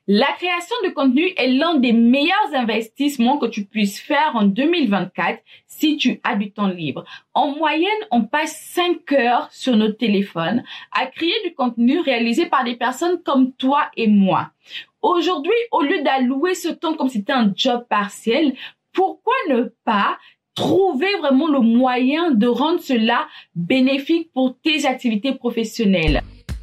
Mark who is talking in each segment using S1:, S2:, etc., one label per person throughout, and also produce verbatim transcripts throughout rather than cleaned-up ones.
S1: La création de contenu est l'un des meilleurs investissements que tu puisses faire en deux mille vingt-quatre si tu as du temps libre. En moyenne, on passe cinq heures sur nos téléphones à créer du contenu réalisé par des personnes comme toi et moi. Aujourd'hui, au lieu d'allouer ce temps comme si c'était un job partiel, pourquoi ne pas trouver vraiment le moyen de rendre cela bénéfique pour tes activités professionnelles?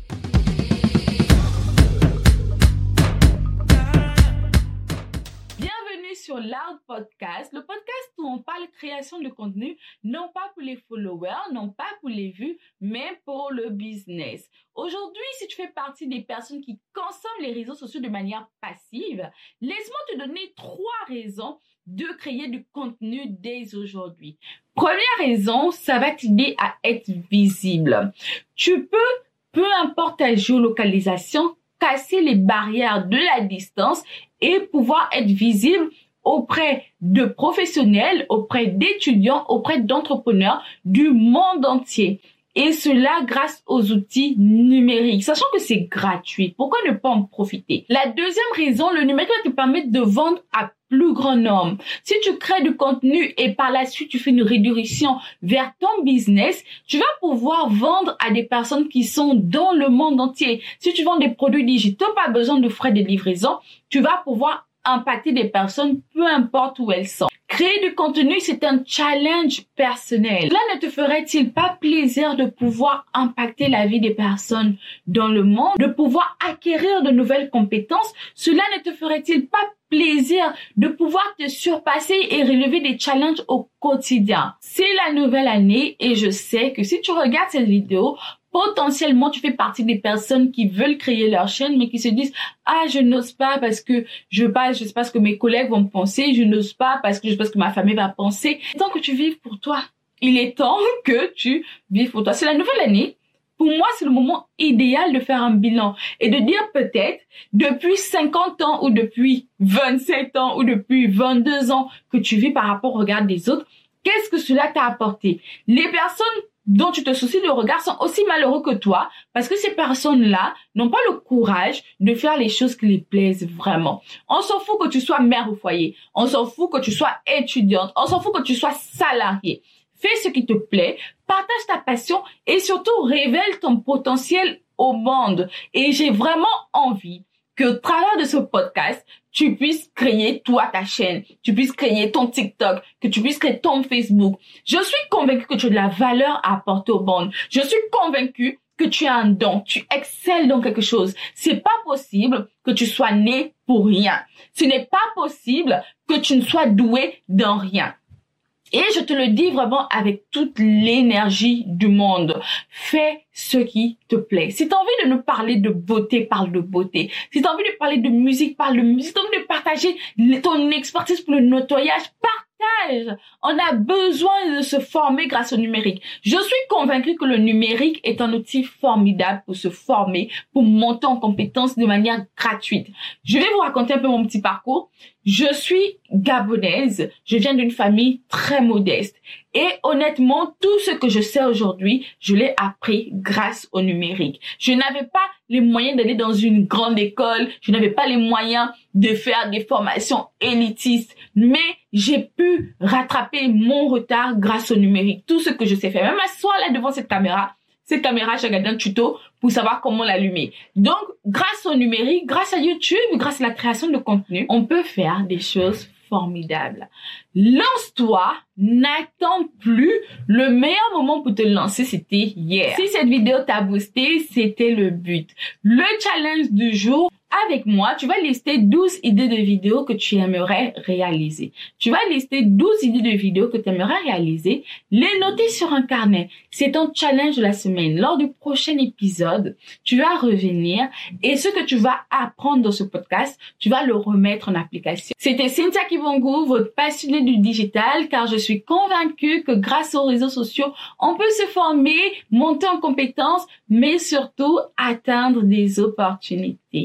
S1: Sur l'Art Podcast, le podcast où on parle création de contenu, non pas pour les followers, non pas pour les vues, mais pour le business. Aujourd'hui, si tu fais partie des personnes qui consomment les réseaux sociaux de manière passive, laisse-moi te donner trois raisons de créer du contenu dès aujourd'hui. Première raison, ça va t'aider à être visible. Tu peux, peu importe ta géolocalisation, casser les barrières de la distance et pouvoir être visible auprès de professionnels, auprès d'étudiants, auprès d'entrepreneurs du monde entier. Et cela grâce aux outils numériques, sachant que c'est gratuit. Pourquoi ne pas en profiter? La deuxième raison, le numérique va te permettre de vendre à plus grand nombre. Si tu crées du contenu et par la suite tu fais une redirection vers ton business, tu vas pouvoir vendre à des personnes qui sont dans le monde entier. Si tu vends des produits digitaux, pas besoin de frais de livraison, tu vas pouvoir impacter des personnes peu importe où elles sont. Créer du contenu, c'est un challenge personnel. Cela ne te ferait-il pas plaisir de pouvoir impacter la vie des personnes dans le monde, de pouvoir acquérir de nouvelles compétences? Cela ne te ferait-il pas plaisir de pouvoir te surpasser et relever des challenges au quotidien? C'est la nouvelle année et je sais que si tu regardes cette vidéo, potentiellement, tu fais partie des personnes qui veulent créer leur chaîne, mais qui se disent « Ah, je n'ose pas parce que je veux pas, je sais pas ce que mes collègues vont penser, je n'ose pas parce que je sais pas ce que ma famille va penser. » Il est temps que tu vives pour toi. Il est temps que tu vives pour toi. C'est la nouvelle année. Pour moi, c'est le moment idéal de faire un bilan et de dire peut-être depuis cinquante ans ou depuis vingt-sept ans ou depuis vingt-deux ans que tu vis par rapport au regard des autres, qu'est-ce que cela t'a apporté? Les personnes dont tu te soucies de regard sont aussi malheureux que toi parce que ces personnes-là n'ont pas le courage de faire les choses qui les plaisent vraiment. On s'en fout que tu sois mère au foyer, on s'en fout que tu sois étudiante, on s'en fout que tu sois salarié. Fais ce qui te plaît, partage ta passion et surtout révèle ton potentiel au monde. Et j'ai vraiment envie que au travers de ce podcast, tu puisses créer toi ta chaîne, tu puisses créer ton TikTok, que tu puisses créer ton Facebook. Je suis convaincue que tu as de la valeur à apporter au monde. Je suis convaincue que tu as un don, tu excelles dans quelque chose. C'est pas possible que tu sois né pour rien. Ce n'est pas possible que tu ne sois doué dans rien. Et je te le dis vraiment avec toute l'énergie du monde. Fais ce qui te plaît. Si tu as envie de nous parler de beauté, parle de beauté. Si tu as envie de parler de musique, parle de musique. Si tu as envie de partager ton expertise pour le nettoyage, partage. On a besoin de se former grâce au numérique. Je suis convaincue que le numérique est un outil formidable pour se former, pour monter en compétences de manière gratuite. Je vais vous raconter un peu mon petit parcours. Je suis gabonaise. Je viens d'une famille très modeste. Et honnêtement, tout ce que je sais aujourd'hui, je l'ai appris grâce au numérique. Je n'avais pas les moyens d'aller dans une grande école. Je n'avais pas les moyens de faire des formations élitistes. Mais j'ai pu rattraper mon retard grâce au numérique. Tout ce que je sais faire. Même m'asseoir là devant cette caméra. Cette caméra, j'ai regardé un tuto pour savoir comment l'allumer. Donc, grâce au numérique, grâce à YouTube, grâce à la création de contenu, on peut faire des choses formidables. Lance-toi, n'attends plus. Le meilleur moment pour te lancer, c'était hier. Si cette vidéo t'a boosté, c'était le but. Le challenge du jour, avec moi, tu vas lister douze idées de vidéos que tu aimerais réaliser. Tu vas lister douze idées de vidéos que tu aimerais réaliser, les noter sur un carnet. C'est ton challenge de la semaine. Lors du prochain épisode, tu vas revenir et ce que tu vas apprendre dans ce podcast, tu vas le remettre en application. C'était Cynthia Kibongou, votre passionnée du digital, car je suis convaincue que grâce aux réseaux sociaux, on peut se former, monter en compétences, mais surtout atteindre des opportunités.